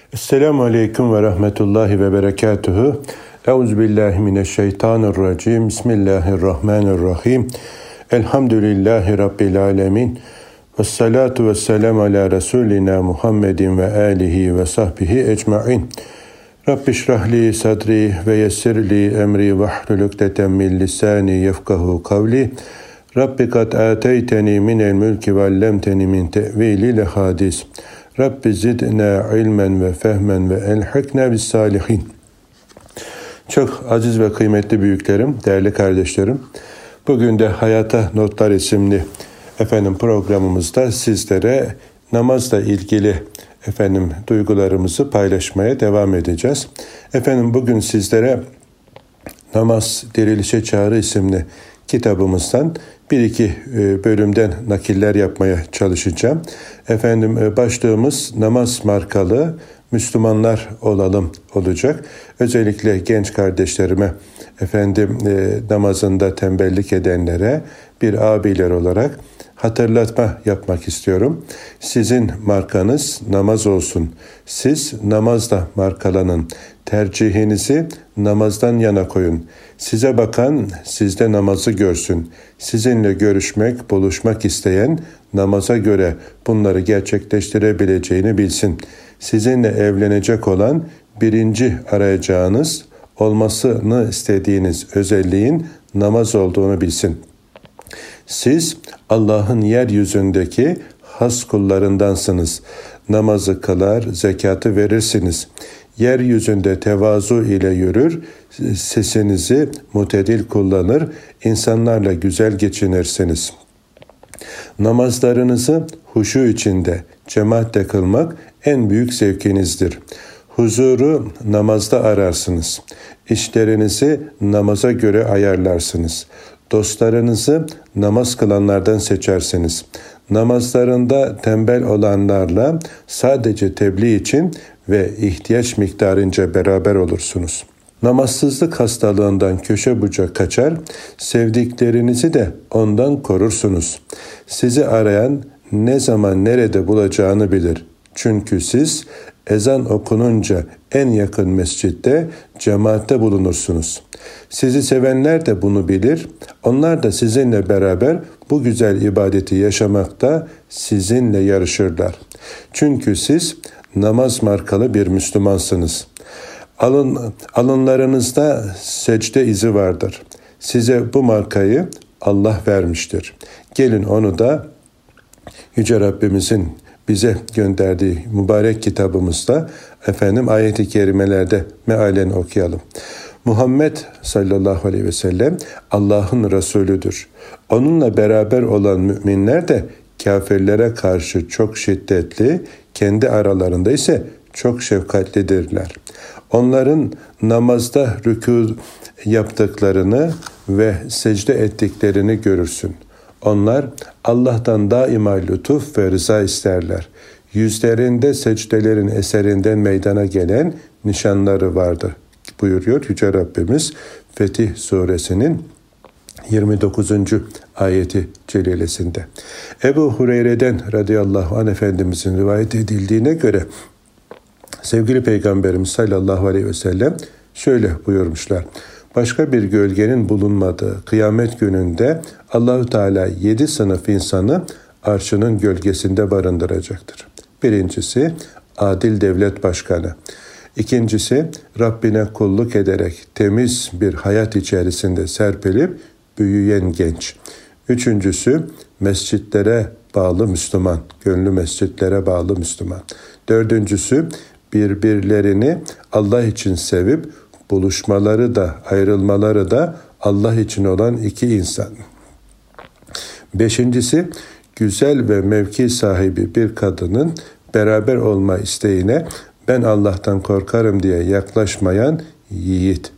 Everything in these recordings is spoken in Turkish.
Esselamu Aleyküm ve Rahmetullahi ve Berekatuhu. Euzubillahimineşşeytanirracim. Bismillahirrahmanirrahim. Elhamdülillahi Rabbil alemin. Vessalatu vesselamu ala Resulina Muhammedin ve alihi ve sahbihi ecma'in. Rabbi şrahli sadri ve yessirli emri ve hlul ukdeten min lisani yefkahu kavli. Rabbi kad ateyteni minel mülki ve allemteni min tevilil hadis. Rabbi zidna ilmen ve fehmen ve elhikna bis salihin. Çok aziz ve kıymetli büyüklerim, değerli kardeşlerim. Bugün de Hayata Notlar isimli programımızda sizlere namazla ilgili duygularımızı paylaşmaya devam edeceğiz. Bugün sizlere Namaz Dirilişe Çağrı isimli kitabımızdan bir iki bölümden nakiller yapmaya çalışacağım. Başlığımız namaz markalı Müslümanlar olalım olacak. Özellikle genç kardeşlerime, namazında tembellik edenlere bir abiler olarak hatırlatma yapmak istiyorum. Sizin markanız namaz olsun. Siz namazla markalanın. Tercihinizi namazdan yana koyun. Size bakan sizde namazı görsün. Sizinle görüşmek, buluşmak isteyen namaza göre bunları gerçekleştirebileceğini bilsin. Sizinle evlenecek olan birinci arayacağınız, olmasını istediğiniz özelliğin namaz olduğunu bilsin. Siz Allah'ın yeryüzündeki has kullarındansınız. Namazı kılar, zekatı verirsiniz. Yeryüzünde tevazu ile yürür, sesinizi mutedil kullanır, insanlarla güzel geçinirsiniz. Namazlarınızı huşu içinde, cemaatle kılmak en büyük zevkinizdir. Huzuru namazda ararsınız. İşlerinizi namaza göre ayarlarsınız. Dostlarınızı namaz kılanlardan seçersiniz. Namazlarında tembel olanlarla sadece tebliğ için ve ihtiyaç miktarınca beraber olursunuz. Namazsızlık hastalığından köşe bucak kaçar, sevdiklerinizi de ondan korursunuz. Sizi arayan ne zaman nerede bulacağını bilir. Çünkü siz ezan okununca en yakın mescitte, cemaatte bulunursunuz. Sizi sevenler de bunu bilir. Onlar da sizinle beraber bu güzel ibadeti yaşamakta sizinle yarışırlar. Çünkü siz namaz markalı bir Müslümansınız. Alınlarınızda secde izi vardır. Size bu markayı Allah vermiştir. Gelin onu da Yüce Rabbimizin bize gönderdiği mübarek kitabımızda ayet-i kerimelerde mealen okuyalım. Muhammed sallallahu aleyhi ve sellem Allah'ın Resulüdür. Onunla beraber olan müminler de kafirlere karşı çok şiddetli, kendi aralarında ise çok şefkatlidirler. Onların namazda rükû yaptıklarını ve secde ettiklerini görürsün. Onlar Allah'tan daima lütuf ve rıza isterler. Yüzlerinde secdelerin eserinden meydana gelen nişanları vardır buyuruyor Yüce Rabbimiz Fetih Suresinin 29. ayeti celilesinde. Ebu Hureyre'den radıyallahu anh Efendimizin rivayet edildiğine göre sevgili Peygamberimiz sallallahu aleyhi ve sellem şöyle buyurmuşlar. Başka bir gölgenin bulunmadığı kıyamet gününde Allahu Teala 7 sınıf insanı arşının gölgesinde barındıracaktır. Birincisi adil devlet başkanı. İkincisi Rabbine kulluk ederek temiz bir hayat içerisinde serpilip büyüyen genç. Üçüncüsü mescitlere bağlı Müslüman, gönlü mescitlere bağlı Müslüman. Dördüncüsü birbirlerini Allah için sevip buluşmaları da ayrılmaları da Allah için olan iki insan. Beşincisi güzel ve mevki sahibi bir kadının beraber olma isteğine ben Allah'tan korkarım diye yaklaşmayan yiğit.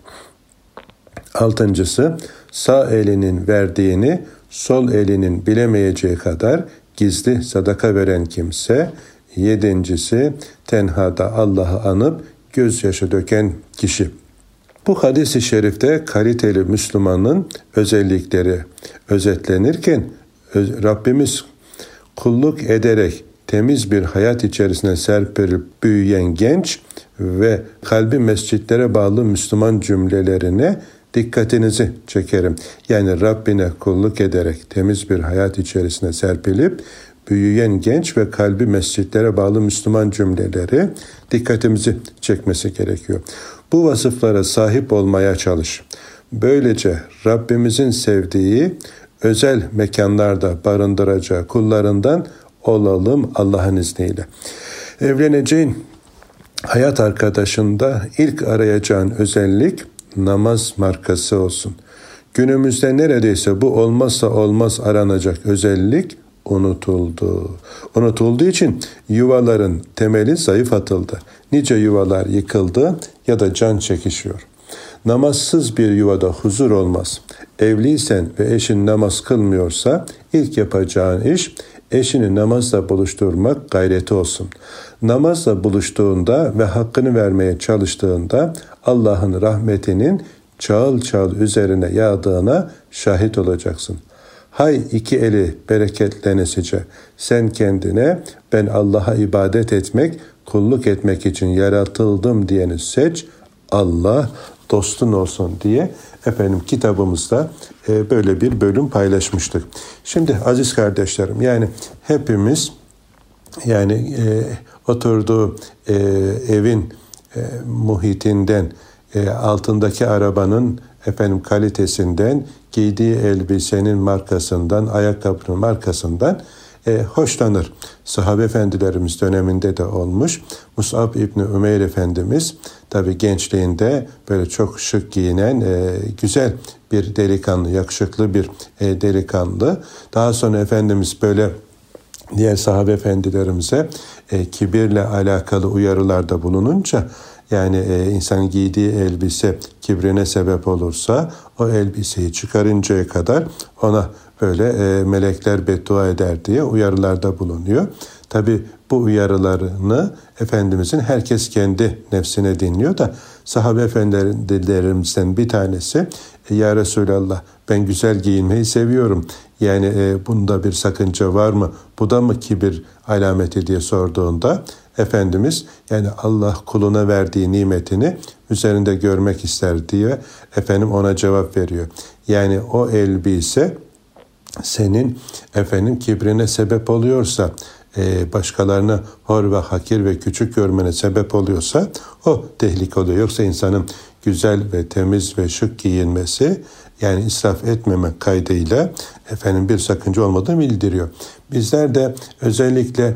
Altıncısı sağ elinin verdiğini sol elinin bilemeyeceği kadar gizli sadaka veren kimse. Yedincisi tenhada Allah'ı anıp gözyaşı döken kişi. Bu hadis-i şerifte kaliteli Müslümanın özellikleri özetlenirken Rabbimiz kulluk ederek temiz bir hayat içerisine serpilip büyüyen genç ve kalbi mescitlere bağlı Müslüman cümlelerine dikkatinizi çekerim. Yani Rabbine kulluk ederek temiz bir hayat içerisine serpilip büyüyen genç ve kalbi mescitlere bağlı Müslüman cümleleri dikkatimizi çekmesi gerekiyor. Bu vasıflara sahip olmaya çalış. Böylece Rabbimizin sevdiği özel mekanlarda barındıracağı kullarından olalım Allah'ın izniyle. Evleneceğin hayat arkadaşında ilk arayacağın özellik namaz markası olsun. Günümüzde neredeyse bu olmazsa olmaz aranacak özellik unutuldu. Unutulduğu için yuvaların temeli zayıf atıldı. Nice yuvalar yıkıldı ya da can çekişiyor. Namazsız bir yuvada huzur olmaz. Evliysen ve eşin namaz kılmıyorsa ilk yapacağın iş eşini namazla buluşturmak gayreti olsun. Namazla buluştuğunda ve hakkını vermeye çalıştığında Allah'ın rahmetinin çağıl çağıl üzerine yağdığına şahit olacaksın. Hay iki eli bereketlenesice sen kendine ben Allah'a ibadet etmek, kulluk etmek için yaratıldım diyeni seç, Allah dostun olsun diye kitabımızda böyle bir bölüm paylaşmıştık. Şimdi aziz kardeşlerim, yani hepimiz oturduğu evin muhitinden, altındaki arabanın kalitesinden, giydiği elbisenin markasından, ayakkabının markasından hoşlanır. Sahabe efendilerimiz döneminde de olmuş. Mus'ab İbni Ümeyr Efendimiz tabii gençliğinde böyle çok şık giyinen güzel bir delikanlı, yakışıklı bir delikanlı. Daha sonra Efendimiz böyle diğer sahabe efendilerimize kibirle alakalı uyarılarda bulununca, yani insan giydiği elbise kibrine sebep olursa o elbiseyi çıkarıncaya kadar ona böyle melekler beddua eder diye uyarılarda bulunuyor. Tabi bu uyarılarını Efendimizin herkes kendi nefsine dinliyor da sahabe efendilerimizden bir tanesi ya Resulallah ben güzel giyinmeyi seviyorum. Yani bunda bir sakınca var mı? Bu da mı kibir alameti diye sorduğunda Efendimiz yani Allah kuluna verdiği nimetini üzerinde görmek ister diye ona cevap veriyor. Yani o elbise senin kibrine sebep oluyorsa, başkalarını hor ve hakir ve küçük görmene sebep oluyorsa o tehlike oluyor. Yoksa insanın güzel ve temiz ve şık giyinmesi, yani israf etmemek kaydıyla bir sakınca olmadığını bildiriyor. Bizler de özellikle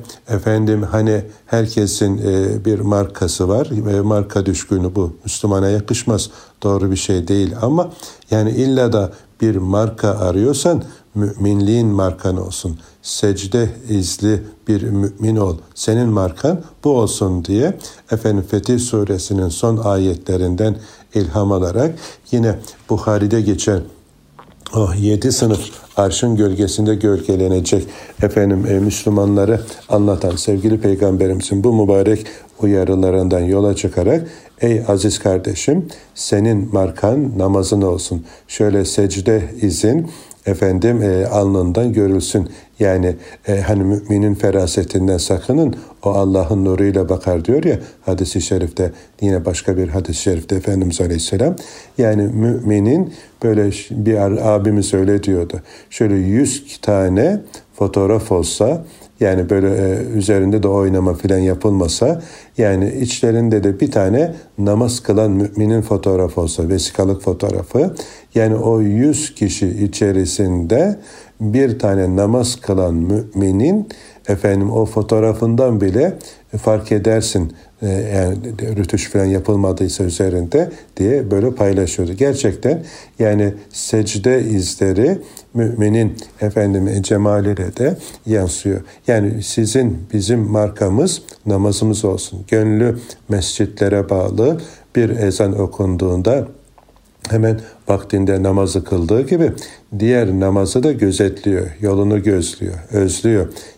herkesin bir markası var ve marka düşkünü bu Müslümana yakışmaz. Doğru bir şey değil ama yani illa da bir marka arıyorsan müminliğin markan olsun. Secde izli bir mümin ol. Senin markan bu olsun diye Fetih Suresinin son ayetlerinden ilham alarak yine Buhari'de geçen o 7 sınıf arşın gölgesinde gölgelenecek Müslümanları anlatan sevgili Peygamberimizin bu mübarek uyarılarından yola çıkarak ey aziz kardeşim senin markan namazın olsun. Şöyle secde izin alnından görülsün. Yani müminin ferasetinden sakının. O Allah'ın nuruyla bakar diyor ya hadis-i şerifte, yine başka bir hadis-i şerifte Efendimiz Aleyhisselam. Yani müminin böyle bir abimiz öyle diyordu. Şöyle 100 tane fotoğraf olsa, yani böyle üzerinde de oynama filan yapılmasa, yani içlerinde de bir tane namaz kılan müminin fotoğrafı olsa, vesikalık fotoğrafı, yani o 100 kişi içerisinde bir tane namaz kılan müminin o fotoğrafından bile fark edersin, yani rütüş falan yapılmadıysa üzerinde diye böyle paylaşıyordu. Gerçekten yani secde izleri müminin cemaline de yansıyor. Yani bizim markamız namazımız olsun. Gönlü mescitlere bağlı, bir ezan okunduğunda hemen vaktinde namazı kıldığı gibi diğer namazı da gözetliyor, yolunu gözlüyor, özlüyor.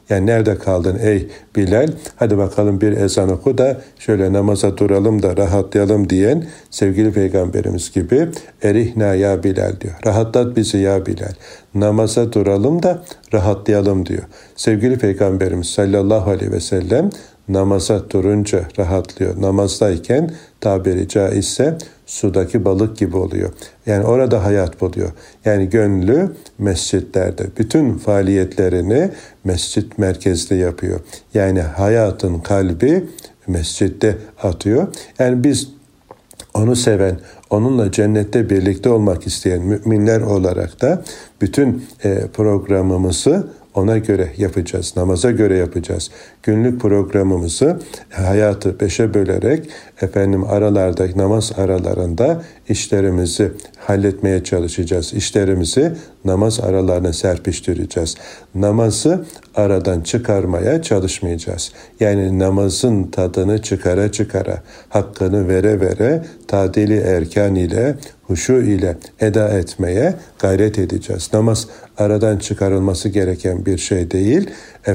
Yani nerede kaldın ey Bilal? Hadi bakalım bir ezan oku da şöyle namaza duralım da rahatlayalım diyen sevgili Peygamberimiz gibi erihna ya Bilal diyor. Rahatlat bizi ya Bilal. Namaza duralım da rahatlayalım diyor. Sevgili Peygamberimiz sallallahu aleyhi ve sellem namaza durunca rahatlıyor. Namazdayken tabiri caizse sudaki balık gibi oluyor. Yani orada hayat buluyor. Yani gönlü mescitlerde. Bütün faaliyetlerini mescit merkezli yapıyor. Yani hayatın kalbi mescitte atıyor. Yani biz onu seven, onunla cennette birlikte olmak isteyen müminler olarak da bütün programımızı ona göre yapacağız, namaza göre yapacağız. Günlük programımızı hayatı beşe bölerek aralarda, namaz aralarında işlerimizi halletmeye çalışacağız. İşlerimizi namaz aralarına serpiştireceğiz. Namazı aradan çıkarmaya çalışmayacağız. Yani namazın tadını çıkara çıkara, hakkını vere vere, tadili erkan ile, huşu ile eda etmeye gayret edeceğiz. Namaz aradan çıkarılması gereken bir şey değil.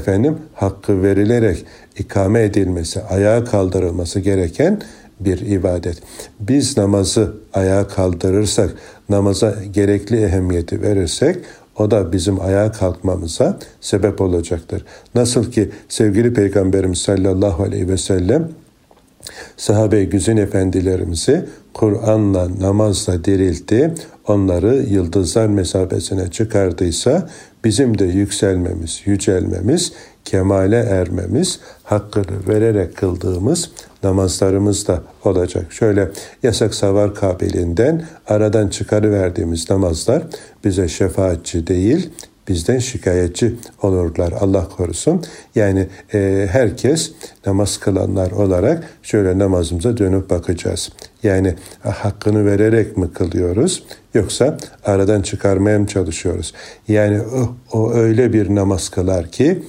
Hakkı verilerek ikame edilmesi, ayağa kaldırılması gereken bir ibadet. Biz namazı ayağa kaldırırsak, namaza gerekli ehemmiyeti verirsek, o da bizim ayağa kalkmamıza sebep olacaktır. Nasıl ki sevgili Peygamberimiz sallallahu aleyhi ve sellem sahabe-i güzin efendilerimizi Kur'an'la, namazla diriltti, onları yıldızlar mesabesine çıkardıysa bizim de yükselmemiz, yücelmemiz, kemale ermemiz, hakkını vererek kıldığımız namazlarımız da olacak. Şöyle yasak savar kabiliğinden aradan çıkarıverdiğimiz namazlar bize şefaatçi değil, bizden şikayetçi olurlar. Allah korusun. Yani herkes namaz kılanlar olarak şöyle namazımıza dönüp bakacağız. Yani hakkını vererek mi kılıyoruz yoksa aradan çıkarmaya mı çalışıyoruz? Yani o öyle bir namaz kılar ki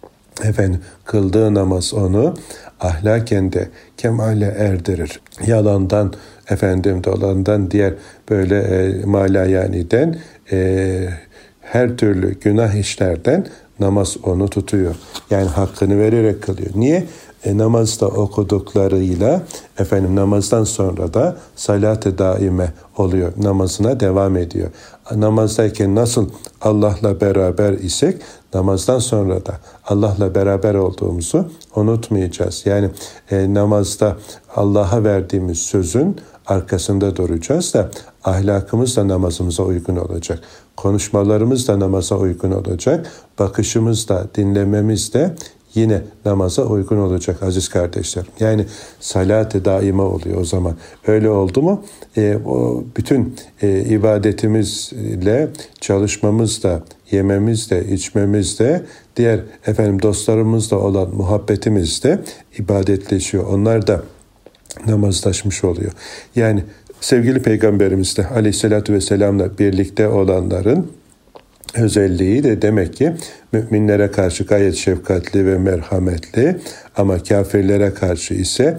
kıldığı namaz onu ahlaken de kemale erdirir. Yalandan, dolandan, diğer böyle malayaniden her türlü günah işlerden namaz onu tutuyor. Yani hakkını vererek kılıyor. Niye? Namazda okuduklarıyla namazdan sonra da salat-ı daime oluyor. Namazına devam ediyor. Namazdayken nasıl Allah'la beraber isek namazdan sonra da Allah'la beraber olduğumuzu unutmayacağız. Yani namazda Allah'a verdiğimiz sözün arkasında duracağız da ahlakımız da namazımıza uygun olacak. Konuşmalarımız da namaza uygun olacak. Bakışımız da, dinlememiz de yine namaza uygun olacak aziz kardeşlerim. Yani salat-ı daime oluyor o zaman. Öyle oldu mu o bütün ibadetimizle, çalışmamızla, yememizle, içmemizle, diğer dostlarımızla olan muhabbetimiz de ibadetleşiyor. Onlar da namazlaşmış oluyor. Yani sevgili Peygamberimiz de aleyhissalatü vesselamla birlikte olanların özelliği de demek ki müminlere karşı gayet şefkatli ve merhametli ama kafirlere karşı ise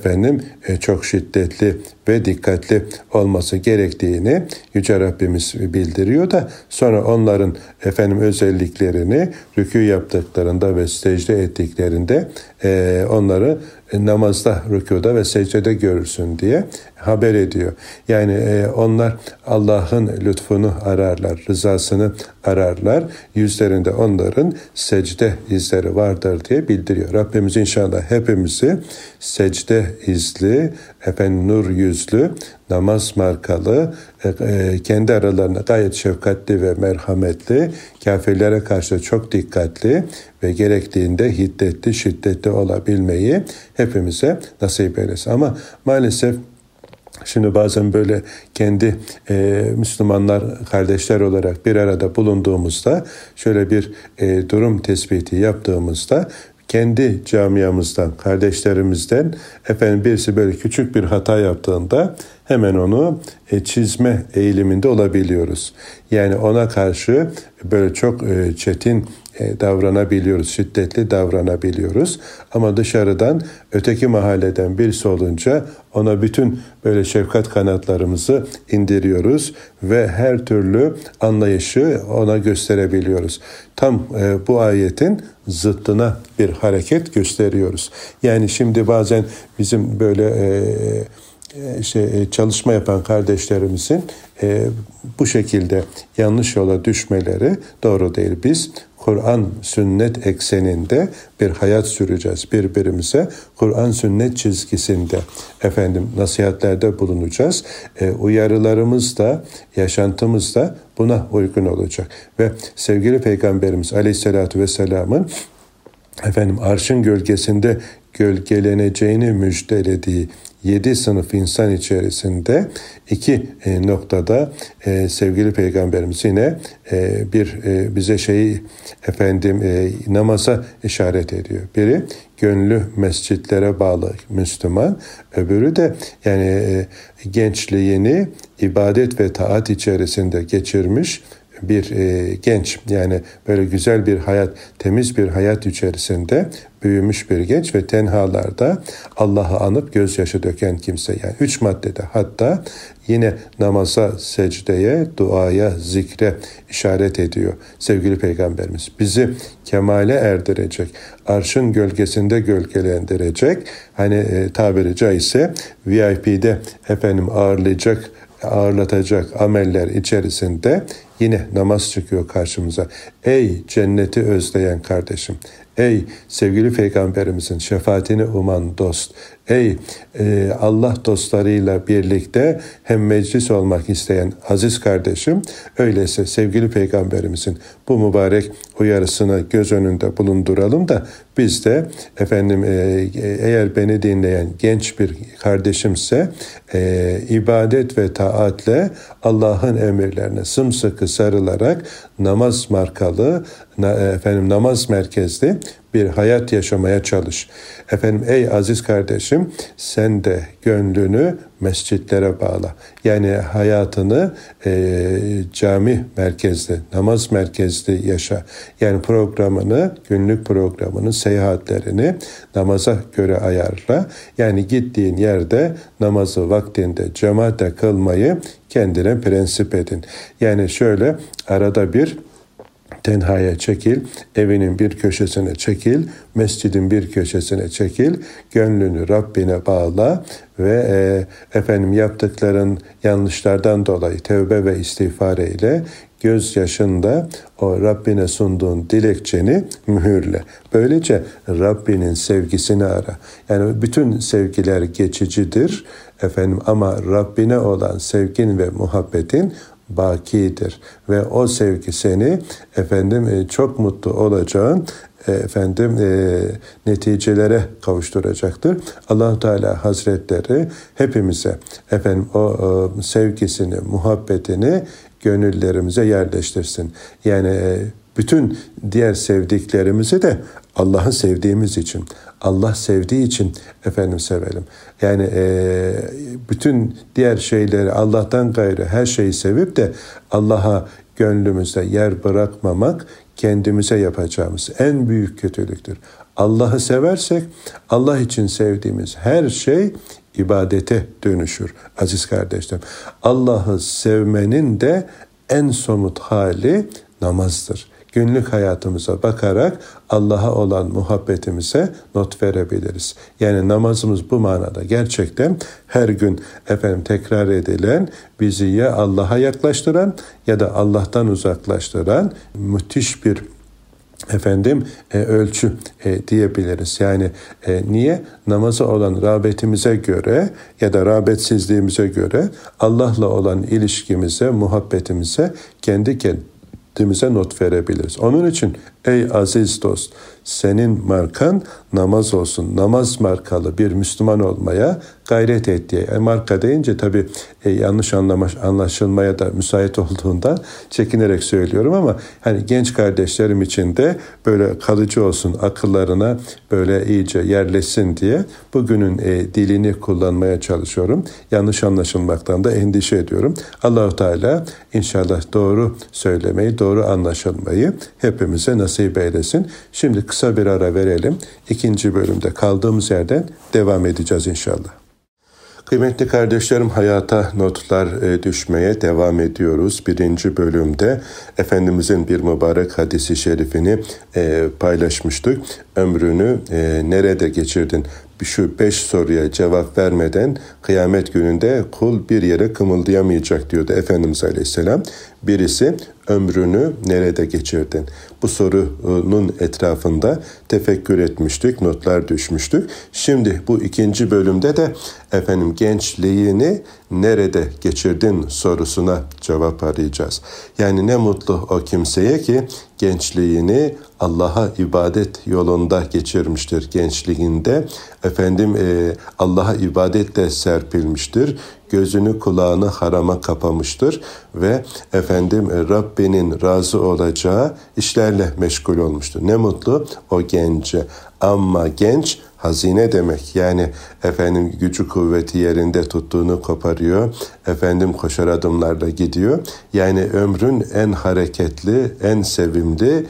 çok şiddetli ve dikkatli olması gerektiğini Yüce Rabbimiz bildiriyor da sonra onların özelliklerini rükû yaptıklarında ve secde ettiklerinde onları namazda, rükûda ve secdede görürsün diye haber ediyor. Yani onlar Allah'ın lütfunu ararlar, rızasını ararlar. Yüzlerinde onların secde izleri vardır diye bildiriyor. Rabbimiz inşallah hepimizi secde izli, nur yüzlü, namaz markalı, kendi aralarında gayet şefkatli ve merhametli, kafirlere karşı çok dikkatli ve gerektiğinde hiddetli, şiddetli olabilmeyi hepimize nasip eylesin. Ama maalesef şimdi bazen böyle kendi Müslümanlar, kardeşler olarak bir arada bulunduğumuzda şöyle bir durum tespiti yaptığımızda kendi camiamızdan, kardeşlerimizden birisi böyle küçük bir hata yaptığında hemen onu çizme eğiliminde olabiliyoruz. Yani ona karşı böyle çok çetin davranabiliyoruz, şiddetli davranabiliyoruz. Ama dışarıdan öteki mahalleden birisi olunca ona bütün böyle şefkat kanatlarımızı indiriyoruz ve her türlü anlayışı ona gösterebiliyoruz. Tam bu ayetin zıttına bir hareket gösteriyoruz. Yani şimdi bazen bizim böyle çalışma yapan kardeşlerimizin bu şekilde yanlış yola düşmeleri doğru değil. Biz Kur'an sünnet ekseninde bir hayat süreceğiz. Birbirimize Kur'an sünnet çizgisinde nasihatlerde bulunacağız. Uyarılarımız da, yaşantımız da buna uygun olacak. Ve sevgili Peygamberimiz Aleyhisselatü Vesselam'ın arşın gölgesinde gölgeleneceğini müjdelediği 7 sınıf insan içerisinde 2 noktada sevgili Peygamberimiz yine bize namaza işaret ediyor. Biri gönlü mescitlere bağlı Müslüman, öbürü de gençliğini ibadet ve taat içerisinde geçirmiş bir genç, yani böyle güzel bir hayat, temiz bir hayat içerisinde büyümüş bir genç ve tenhalarda Allah'ı anıp gözyaşı döken kimse. Yani 3 maddede, hatta yine namaza, secdeye, duaya, zikre işaret ediyor sevgili Peygamberimiz. Bizi kemale erdirecek, arşın gölgesinde gölgelendirecek, tabiri caizse VIP'de ağırlatacak ameller içerisinde yine namaz çıkıyor karşımıza. Ey cenneti özleyen kardeşim, ey sevgili Peygamberimizin şefaatini uman dost, ey Allah dostlarıyla birlikte hem meclis olmak isteyen aziz kardeşim, öyleyse sevgili Peygamberimizin bu mübarek uyarısını göz önünde bulunduralım da biz de eğer beni dinleyen genç bir kardeşimse ibadet ve taatle Allah'ın emirlerine sımsıkı sarılarak namaz markalı, namaz merkezli bir hayat yaşamaya çalış. Ey aziz kardeşim, sen de gönlünü mescitlere bağla. Yani hayatını cami merkezli, namaz merkezli yaşa. Yani günlük programını, seyahatlerini namaza göre ayarla. Yani gittiğin yerde namazı vaktinde cemaatle kılmayı kendine prensip edin. Yani şöyle arada bir tenhaya çekil, evinin bir köşesine çekil, mescidin bir köşesine çekil, gönlünü Rabbine bağla ve yaptıkların yanlışlardan dolayı tevbe ve istiğfar eyle, gözyaşında o Rabbine sunduğun dilekçeni mühürle. Böylece Rabbinin sevgisini ara. Yani bütün sevgiler geçicidir ama Rabbine olan sevgin ve muhabbetin bakidir ve o sevgi seni çok mutlu olacağın neticelere kavuşturacaktır. Allah Teala Hazretleri hepimize o sevgisini, muhabbetini gönüllerimize yerleştirsin. Yani bütün diğer sevdiklerimizi de Allah'ı sevdiğimiz için, Allah sevdiği için sevelim. Yani bütün diğer şeyleri, Allah'tan gayrı her şeyi sevip de Allah'a gönlümüzde yer bırakmamak kendimize yapacağımız en büyük kötülüktür. Allah'ı seversek Allah için sevdiğimiz her şey ibadete dönüşür aziz kardeşlerim. Allah'ı sevmenin de en somut hali namazdır. Günlük hayatımıza bakarak Allah'a olan muhabbetimize not verebiliriz. Yani namazımız bu manada gerçekten her gün tekrar edilen, bizi ya Allah'a yaklaştıran ya da Allah'tan uzaklaştıran müthiş bir ölçü diyebiliriz. Yani niye? Namaza olan rağbetimize göre ya da rağbetsizliğimize göre Allah'la olan ilişkimize, muhabbetimize kendi kendimize not verebiliriz. Onun için ey aziz dost, senin markan namaz olsun. Namaz markalı bir Müslüman olmaya gayret et diye. Marka deyince tabii yanlış anlaşılmaya da müsait olduğundan çekinerek söylüyorum ama hani genç kardeşlerim için de böyle kalıcı olsun, akıllarına böyle iyice yerleşsin diye bugünün dilini kullanmaya çalışıyorum. Yanlış anlaşılmaktan da endişe ediyorum. Allah-u Teala inşallah doğru söylemeyi, doğru anlaşılmayı hepimize nasip eylesin. Şimdi kısa bir ara verelim. İkinci bölümde kaldığımız yerden devam edeceğiz inşallah. Kıymetli kardeşlerim, hayata notlar düşmeye devam ediyoruz. Birinci bölümde Efendimizin bir mübarek hadisi şerifini paylaşmıştık. Ömrünü nerede geçirdin? Şu 5 soruya cevap vermeden kıyamet gününde kul bir yere kımıldayamayacak diyordu Efendimiz Aleyhisselam. Birisi ömrünü nerede geçirdin? Bu sorunun etrafında tefekkür etmiştik, notlar düşmüştük. Şimdi bu ikinci bölümde de gençliğini nerede geçirdin sorusuna cevap arayacağız. Yani ne mutlu o kimseye ki gençliğini Allah'a ibadet yolunda geçirmiştir. Gençliğinde Allah'a ibadetle serpilmiştir. Gözünü kulağını harama kapamıştır ve Rabbinin razı olacağı işlerle meşgul olmuştur. Ne mutlu o gence. Ama genç hazine demek. Yani gücü kuvveti yerinde tuttuğunu koparıyor. Koşar adımlarla gidiyor. Yani ömrün en hareketli, en sevimli,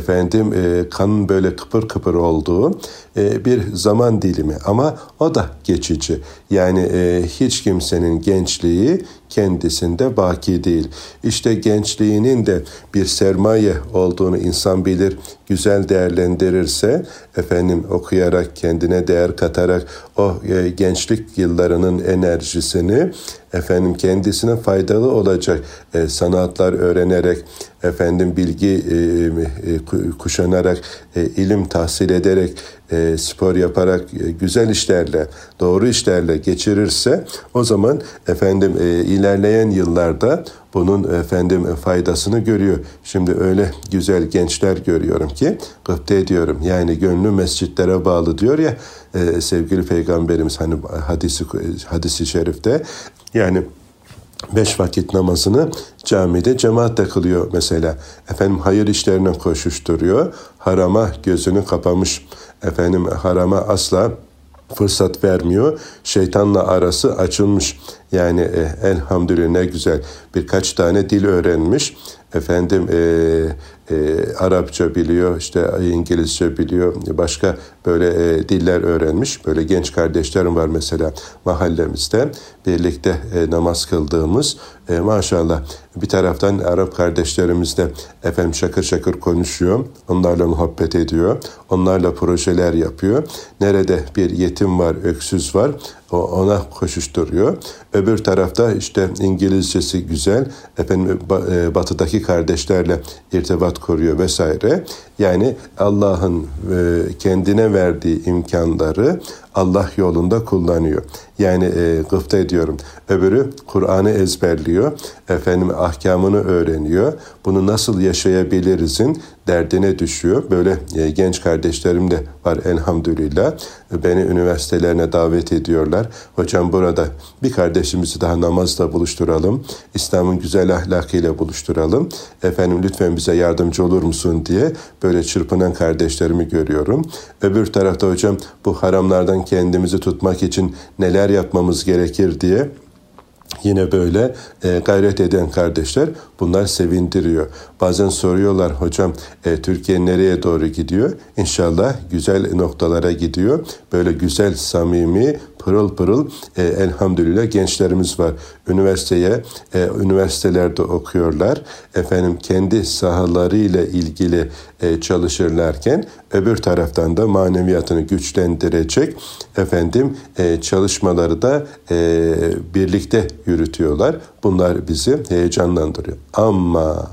kanın böyle kıpır kıpır olduğu bir zaman dilimi. Ama o da geçici. Yani hiç kimsenin gençliği kendisinde baki değil. İşte gençliğinin de bir sermaye olduğunu insan bilir, güzel değerlendirirse, okuyarak, kendine değer katarak o gençlik yıllarının enerjisini kendisine faydalı olacak sanatlar öğrenerek, bilgi kuşanarak, ilim tahsil ederek, spor yaparak, güzel işlerle, doğru işlerle geçirirse o zaman ilerleyen yıllarda bunun faydasını görüyor. Şimdi öyle güzel gençler görüyorum ki gıpta ediyorum. Yani gönlü mescitlere bağlı diyor ya sevgili Peygamberimiz hadisi şerifte. Yani 5 vakit namazını camide cemaatle kılıyor mesela. Hayır işlerine koşuşturuyor. Harama gözünü kapamış. Harama asla fırsat vermiyor. Şeytanla arası açılmış. Yani elhamdülillah ne güzel. Birkaç tane dil öğrenmiş. Arapça biliyor, işte İngilizce biliyor, başka böyle diller öğrenmiş. Böyle genç kardeşlerim var mesela mahallemizde. Birlikte namaz kıldığımız maşallah. Bir taraftan Arap kardeşlerimiz de şakır şakır konuşuyor. Onlarla muhabbet ediyor. Onlarla projeler yapıyor. Nerede bir yetim var, öksüz var, ona koşuşturuyor. Öbür tarafta işte İngilizcesi güzel, batıdaki kardeşlerle irtibat kuruyor vesaire. Yani Allah'ın kendine verdiği imkanları Allah yolunda kullanıyor. Yani gıpta ediyorum. Öbürü Kur'an'ı ezberliyor. Ahkamını öğreniyor. Bunu nasıl yaşayabilirizin derdine düşüyor. Böyle genç kardeşlerim de var elhamdülillah. Beni üniversitelerine davet ediyorlar. Hocam burada bir kardeşimizi daha namazla buluşturalım. İslam'ın güzel ahlakıyla buluşturalım. Lütfen bize yardımcı olur musun diye böyle çırpınan kardeşlerimi görüyorum. Öbür tarafta hocam bu haramlardan kendimizi tutmak için neler yapmamız gerekir diye yine böyle gayret eden kardeşler, bunlar sevindiriyor. Bazen soruyorlar hocam Türkiye nereye doğru gidiyor? İnşallah güzel noktalara gidiyor. Böyle güzel, samimi, pırıl pırıl elhamdülillah gençlerimiz var. Üniversitelerde okuyorlar. Kendi sahalarıyla ilgili çalışırlarken öbür taraftan da maneviyatını güçlendirecek çalışmaları da birlikte yürütüyorlar. Bunlar bizi heyecanlandırıyor. Ama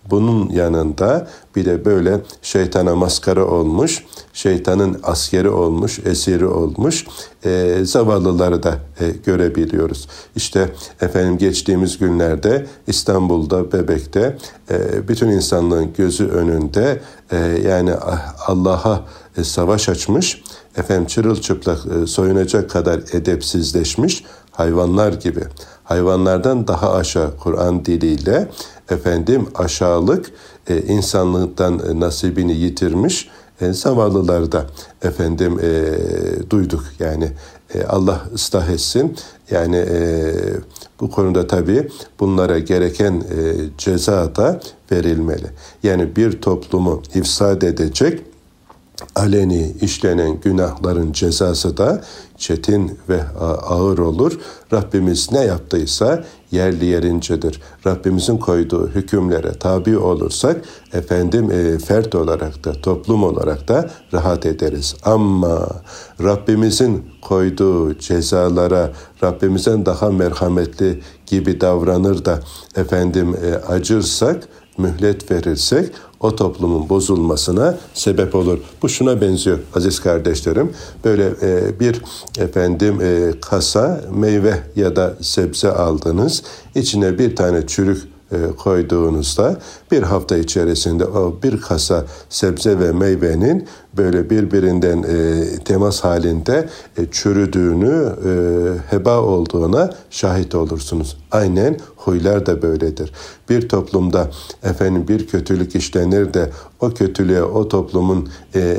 Bunun yanında bir de böyle şeytana maskara olmuş, şeytanın askeri olmuş, esiri olmuş zavallıları da görebiliyoruz. İşte efendim geçtiğimiz günlerde İstanbul'da, Bebek'te bütün insanlığın gözü önünde yani Allah'a savaş açmış, efendim çırılçıplak soyunacak kadar edepsizleşmiş hayvanlar gibi, hayvanlardan daha aşağı Kur'an diliyle efendim aşağılık insanlıktan nasibini yitirmiş zavallıları da efendim duyduk. Yani Allah ıslah etsin. Yani bu konuda tabii bunlara gereken ceza da verilmeli. Yani bir toplumu ifsad edecek aleni işlenen günahların cezası da çetin ve ağır olur. Rabbimiz ne yaptıysa yerli yerincedir. Rabbimizin koyduğu hükümlere tabi olursak efendim fert olarak da toplum olarak da rahat ederiz. Ama Rabbimizin koyduğu cezalara Rabbimizden daha merhametli gibi davranır da efendim acırsak, mühlet verirsek o toplumun bozulmasına sebep olur. Bu şuna benziyor aziz kardeşlerim. Böyle bir efendim kasa meyve ya da sebze aldınız. İçine bir tane çürük koyduğunuzda bir hafta içerisinde o bir kasa sebze ve meyvenin böyle birbirinden temas halinde çürüdüğünü, heba olduğuna şahit olursunuz. Aynen huylar da böyledir. Bir toplumda efendim bir kötülük işlenir de o kötülüğe o toplumun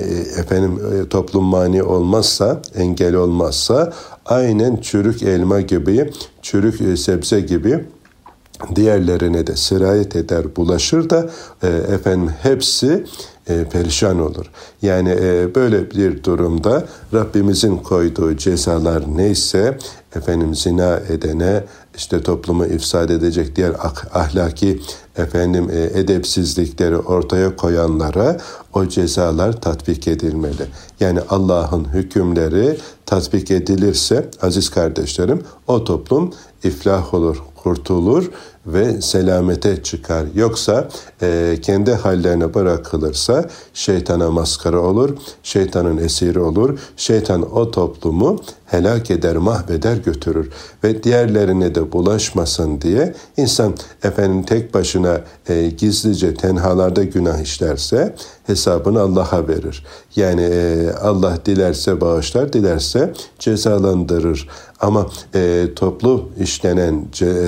toplum mani olmazsa, engel olmazsa aynen çürük elma gibi, çürük sebze gibi diğerlerine de sirayet eder, bulaşır da efendim hepsi perişan olur. Yani böyle bir durumda Rabbimizin koyduğu cezalar neyse efendim zina edene, işte toplumu ifsad edecek diğer ahlaki efendim edepsizlikleri ortaya koyanlara o cezalar tatbik edilmeli. Yani Allah'ın hükümleri tatbik edilirse aziz kardeşlerim o toplum iflah olur, kurtulur ve selamete çıkar. Yoksa kendi hallerine bırakılırsa şeytana maskara olur, şeytanın esiri olur. Şeytan o toplumu helak eder, mahveder, götürür. Ve diğerlerine de bulaşmasın diye insan efendim tek başına gizlice tenhalarda günah işlerse hesabını Allah'a verir. Yani Allah dilerse bağışlar, dilerse cezalandırır. Ama toplu işlenen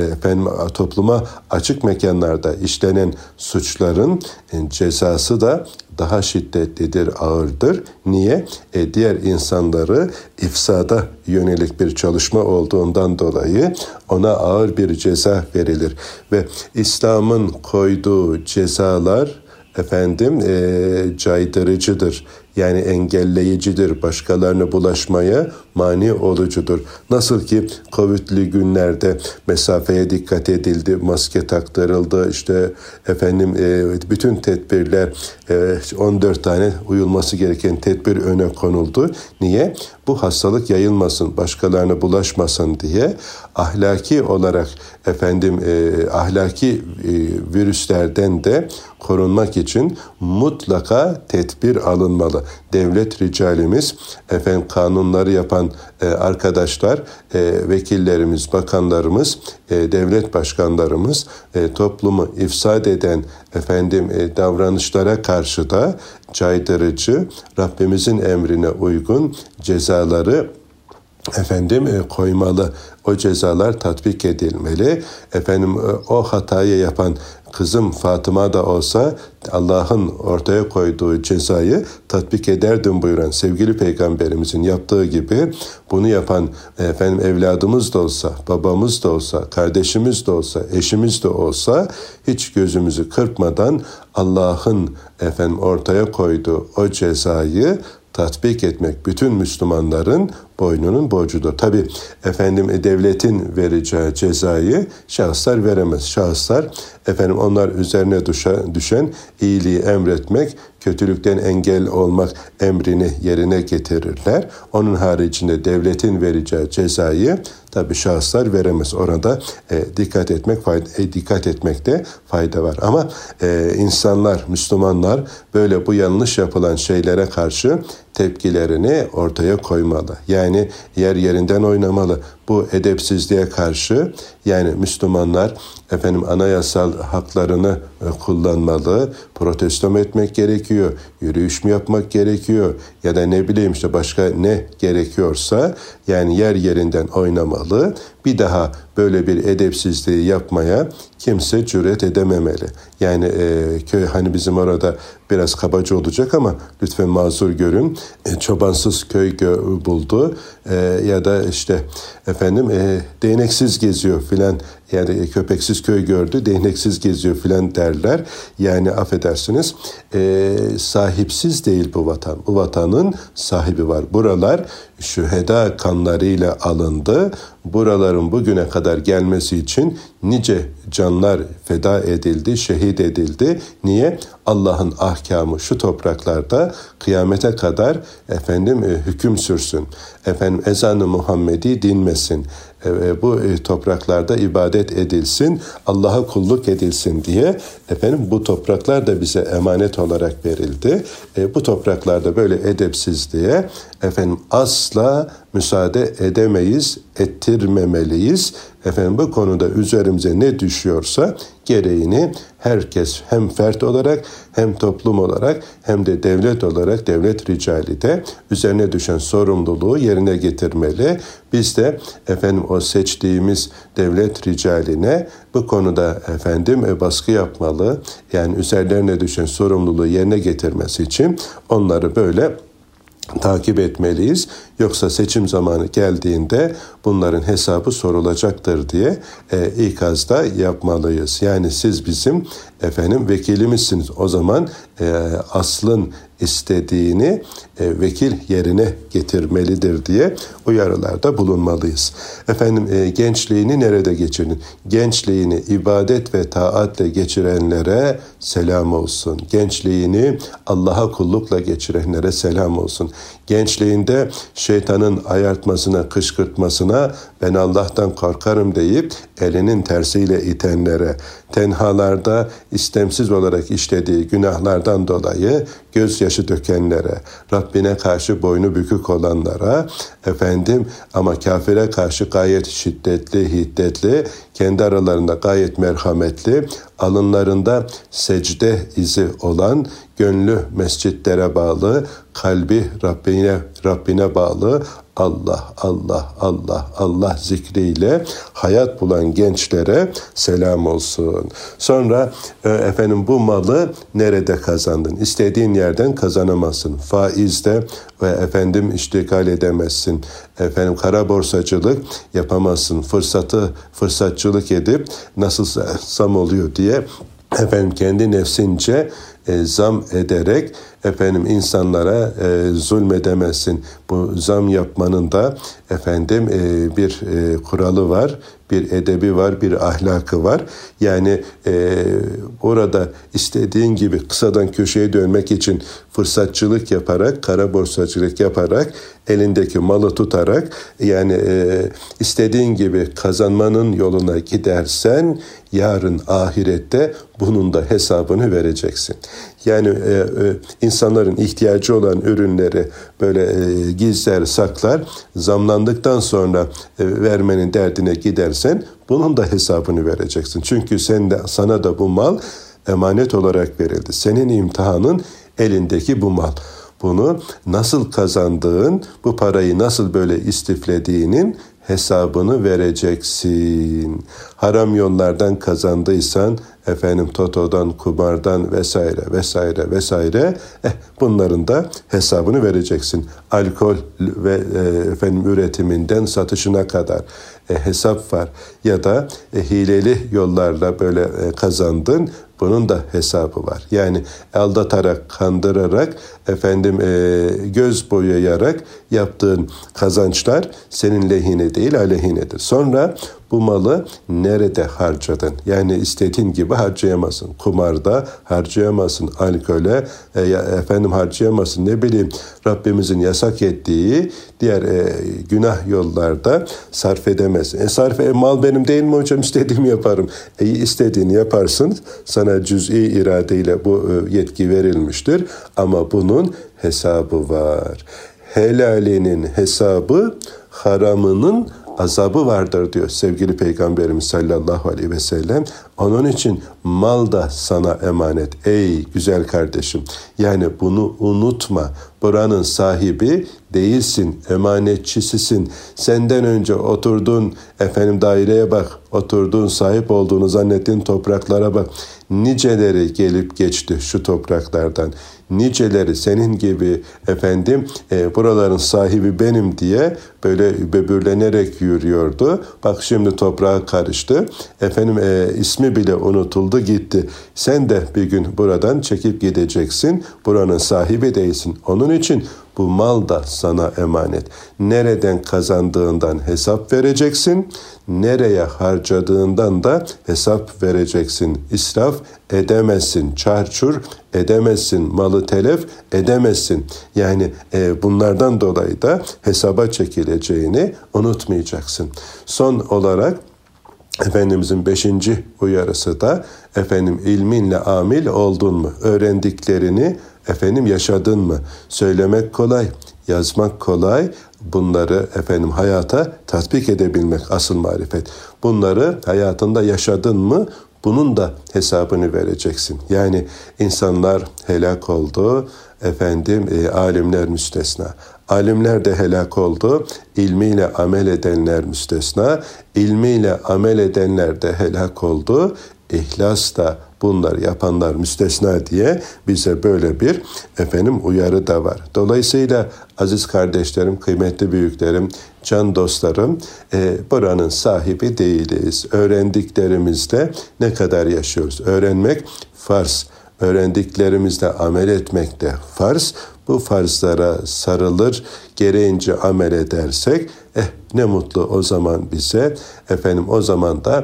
topluma açık mekanlarda işlenen suçların cezası da daha şiddetlidir, ağırdır. Niye? Diğer insanları ifsada yönelik bir çalışma olduğundan dolayı ona ağır bir ceza verilir. Ve İslam'ın koyduğu cezalar efendim caydırıcıdır. Yani engelleyicidir, başkalarına bulaşmaya mani olucudur. Nasıl ki Covid'li günlerde mesafeye dikkat edildi, maske taktırıldı, işte efendim bütün tedbirler 14 tane uyulması gereken tedbir öne konuldu. Niye? Bu hastalık yayılmasın, başkalarına bulaşmasın diye ahlaki olarak efendim ahlaki virüslerden de korunmak için mutlaka tedbir alınmalı. Devlet ricalimiz, efendim kanunları yapan arkadaşlar, vekillerimiz, bakanlarımız, devlet başkanlarımız toplumu ifsad eden efendim davranışlara karşı da caydırıcı, Rabbimizin emrine uygun cezaları efendim koymalı. O cezalar tatbik edilmeli. Efendim o hatayı yapan kızım Fatıma da olsa Allah'ın ortaya koyduğu cezayı tatbik ederdim buyuran sevgili peygamberimizin yaptığı gibi bunu yapan efendim evladımız da olsa, babamız da olsa, kardeşimiz de olsa, eşimiz de olsa hiç gözümüzü kırpmadan Allah'ın efendim ortaya koyduğu o cezayı tatbik etmek bütün Müslümanların boynunun borcudur. Tabi efendim devletin vereceği cezayı şahıslar veremez. Şahıslar efendim onlar üzerine düşen iyiliği emretmek, kötülükten engel olmak emrini yerine getirirler. Onun haricinde devletin vereceği cezayı tabii şahıslar veremez. Orada dikkat etmekte fayda var. Ama insanlar, Müslümanlar böyle bu yanlış yapılan şeylere karşı tepkilerini ortaya koymalı. Yani yer yerinden oynamalı. Bu edepsizliğe karşı yani Müslümanlar anayasal haklarını kullanmalı, protesto mu etmek gerekiyor, yürüyüş mü yapmak gerekiyor ya da ne bileyim işte başka ne gerekiyorsa yani yer yerinden oynamalı. Bir daha böyle bir edepsizliği yapmaya kimse cüret edememeli. Yani köy hani bizim orada biraz kabaca olacak ama lütfen mazur görün. Çobansız köy buldu ya da işte değneksiz geziyor filan yani köpeksiz köy gördü değneksiz geziyor filan derler. Yani affedersiniz sahipsiz değil bu vatan. Bu vatanın sahibi var. Buralar şüheda kanlarıyla alındı. Buraların bugüne kadar gelmesi için nice canlar feda edildi, şehit edildi. Niye? Allah'ın ahkamı şu topraklarda kıyamete kadar hüküm sürsün. Ezan-ı Muhammedi dinmesin. Bu topraklarda ibadet edilsin, Allah'a kulluk edilsin diye bu topraklar da bize emanet olarak verildi. Bu topraklarda böyle edepsizliğe asla müsaade edemeyiz, ettirmemeliyiz. Bu konuda üzerimize ne düşüyorsa gereğini herkes hem fert olarak hem toplum olarak hem de devlet olarak devlet ricali de üzerine düşen sorumluluğu yerine getirmeli. Biz de o seçtiğimiz devlet ricaline bu konuda baskı yapmalı. Yani üzerlerine düşen sorumluluğu yerine getirmesi için onları böyle takip etmeliyiz. Yoksa seçim zamanı geldiğinde bunların hesabı sorulacaktır diye ikazda yapmalıyız. Yani siz bizim vekilimizsiniz. O zaman aslın istediğini vekil yerine getirmelidir diye uyarılarda bulunmalıyız. Gençliğini nerede geçirin? Gençliğini ibadet ve taatle geçirenlere selam olsun. Gençliğini Allah'a kullukla geçirenlere selam olsun. Gençliğinde şeytanın ayartmasına, kışkırtmasına ben Allah'tan korkarım deyip elinin tersiyle itenlere, tenhalarda istemsiz olarak işlediği günahlardan dolayı gözyaşı dökenlere, Rabbine karşı boynu bükük olanlara, ama kafire karşı gayet şiddetli, hiddetli, kendi aralarında gayet merhametli, alınlarında secde izi olan, gönlü mescitlere bağlı, kalbi Rabbine bağlı, Allah zikriyle hayat bulan gençlere selam olsun. Sonra bu malı nerede kazandın? İstediğin yerden kazanamazsın. Faizde ve iştikal edemezsin. Kara borsacılık yapamazsın. Fırsatçılık edip nasıl zam oluyor diye kendi nefsince zam ederek insanlara zulmedemezsin. Bu zam yapmanın da bir kuralı var, bir edebi var, bir ahlakı var. Yani orada istediğin gibi kısadan köşeye dönmek için fırsatçılık yaparak, kara borsacılık yaparak, elindeki malı tutarak yani istediğin gibi kazanmanın yoluna gidersen yarın ahirette bunun da hesabını vereceksin. Yani insanların ihtiyacı olan ürünleri böyle gizler, saklar, zamlandıktan sonra vermenin derdine gidersen bunun da hesabını vereceksin. Çünkü sana da bu mal emanet olarak verildi. Senin imtihanın elindeki bu mal. Bunu nasıl kazandığın, bu parayı nasıl böyle istiflediğinin hesabını vereceksin. Haram yollardan kazandıysan, totodan, kumardan vesaire, bunların da hesabını vereceksin. Alkol ve üretiminden satışına kadar hesap var. Ya da hileli yollarla böyle kazandın, bunun da hesabı var. Yani aldatarak, kandırarak, göz boyayarak yaptığın kazançlar senin lehine değil, aleyhinedir. Sonra bu malı nerede harcadın? Yani istediğin gibi harcayamazsın. Kumarda harcayamazsın. Alkole harcayamazsın. Ne bileyim, Rabbimizin yasak ettiği diğer günah yollarda sarf edemezsin. Mal benim değil mi hocam? İstediğimi yaparım. İstediğini yaparsın. Sana cüz'i iradeyle bu yetki verilmiştir. Ama bunun hesabı var. Helalinin hesabı, haramının azabı vardır diyor sevgili Peygamberimiz sallallahu aleyhi ve sellem. Onun için mal da sana emanet ey güzel kardeşim. Yani bunu unutma. Buranın sahibi değilsin, emanetçisisin. Senden önce oturduğun daireye bak, oturduğun sahip olduğunu zannettiğin topraklara bak. Niceleri gelip geçti şu topraklardan. Niceleri senin gibi buraların sahibi benim diye böyle böbürlenerek yürüyordu. Bak şimdi toprağa karıştı. İsmi bile unutuldu gitti. Sen de bir gün buradan çekip gideceksin. Buranın sahibi değilsin. Onun için bu mal da sana emanet. Nereden kazandığından hesap vereceksin. Nereye harcadığından da hesap vereceksin. İsraf edemezsin. Çarçur edemezsin. Malı telef edemezsin. Yani bunlardan dolayı da hesaba çekileceğini unutmayacaksın. Son olarak Efendimizin 5. uyarısı da ilminle amil oldun mu? Öğrendiklerini yaşadın mı? Söylemek kolay, yazmak kolay. Bunları hayata tatbik edebilmek asıl marifet. Bunları hayatında yaşadın mı? Bunun da hesabını vereceksin. Yani insanlar helak oldu, alimler müstesna. Alimler de helak oldu, ilmiyle amel edenler müstesna. İlmiyle amel edenler de helak oldu. İhlas da bunları yapanlar müstesna diye bize böyle bir uyarı da var. Dolayısıyla aziz kardeşlerim, kıymetli büyüklerim, can dostlarım, buranın sahibi değiliz. Öğrendiklerimizde ne kadar yaşıyoruz? Öğrenmek farz. Öğrendiklerimizle amel etmek de farz. Bu farzlara sarılır, gereğince amel edersek ne mutlu o zaman bize. O zaman da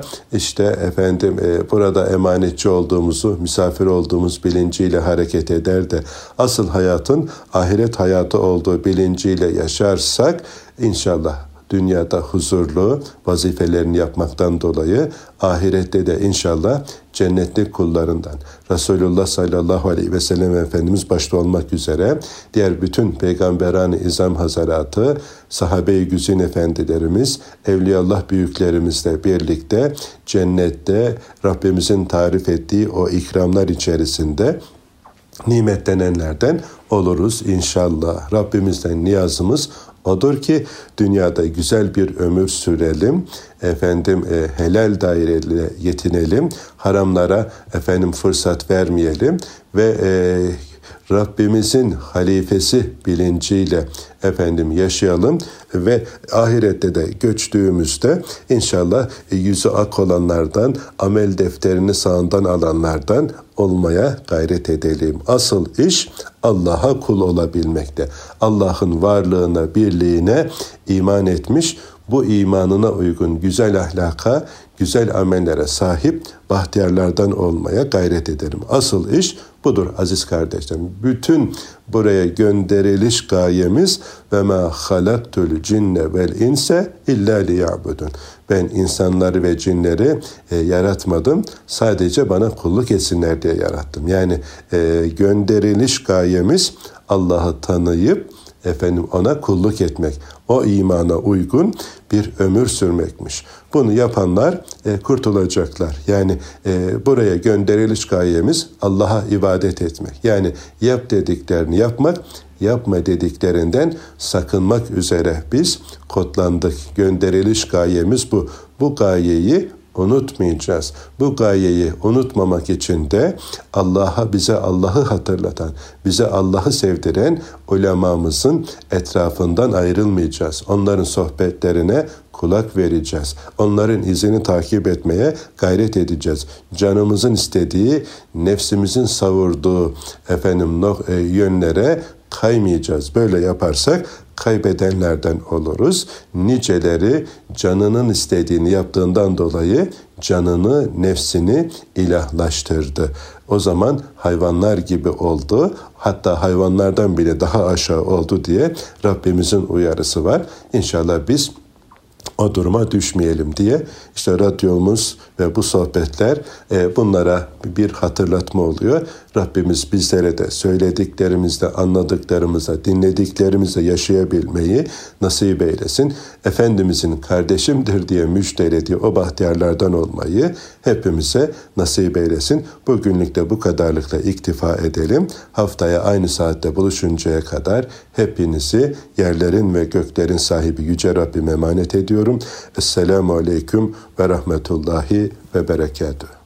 burada emanetçi olduğumuzu, misafir olduğumuz bilinciyle hareket eder de asıl hayatın ahiret hayatı olduğu bilinciyle yaşarsak inşallah dünyada huzurlu vazifelerini yapmaktan dolayı ahirette de inşallah cennetlik kullarından Resulullah sallallahu aleyhi ve sellem Efendimiz başta olmak üzere diğer bütün peygamberan-ı izam hazaratı, sahabe-i güzin efendilerimiz, evliyallah büyüklerimizle birlikte cennette Rabbimizin tarif ettiği o ikramlar içerisinde nimetlenenlerden oluruz inşallah. Rabbimizden niyazımız odur ki dünyada güzel bir ömür sürelim, helal daireyle yetinelim, haramlara fırsat vermeyelim ve Rabbimizin halifesi bilinciyle yaşayalım ve ahirette de göçtüğümüzde inşallah yüzü ak olanlardan, amel defterini sağından alanlardan olmaya gayret edelim. Asıl iş Allah'a kul olabilmekte. Allah'ın varlığına, birliğine iman etmiş, bu imanına uygun güzel ahlaka, güzel amellere sahip bahtiyarlardan olmaya gayret edelim. Asıl iş budur aziz kardeşlerim. Bütün buraya gönderiliş gayemiz ve ma halaktul cinne vel inse illa liya'budun. Ben insanları ve cinleri yaratmadım. Sadece bana kulluk etsinler diye yarattım. Yani gönderiliş gayemiz Allah'ı tanıyıp ona kulluk etmek. O imana uygun bir ömür sürmekmiş. Bunu yapanlar kurtulacaklar. Yani buraya gönderiliş gayemiz Allah'a ibadet etmek. Yani yap dediklerini yapmak, yapma dediklerinden sakınmak üzere biz kodlandık. Gönderiliş gayemiz bu. Bu gayeyi unutmayacağız. Bu gayeyi unutmamak için de bize Allah'ı hatırlatan, bize Allah'ı sevdiren ulemamızın etrafından ayrılmayacağız. Onların sohbetlerine kulak vereceğiz. Onların izini takip etmeye gayret edeceğiz. Canımızın istediği, nefsimizin savurduğu yönlere kaymayacağız. Böyle yaparsak kaybedenlerden oluruz. Niceleri canının istediğini yaptığından dolayı canını, nefsini ilahlaştırdı. O zaman hayvanlar gibi oldu. Hatta hayvanlardan bile daha aşağı oldu diye Rabbimizin uyarısı var. İnşallah biz o duruma düşmeyelim diye işte radyomuz ve bu sohbetler bunlara bir hatırlatma oluyor. Rabbimiz bizlere de söylediklerimizde, anladıklarımızda, dinlediklerimizde yaşayabilmeyi nasip eylesin. Efendimizin kardeşimdir diye müjdelediği o bahtiyarlardan olmayı hepimize nasip eylesin. Bugünlük de bu kadarlıkla iktifa edelim. Haftaya aynı saatte buluşuncaya kadar hepinizi yerlerin ve göklerin sahibi Yüce Rabbime emanet ediyorum. Esselamu Aleyküm ve Rahmetullahi ve Berekatuhu.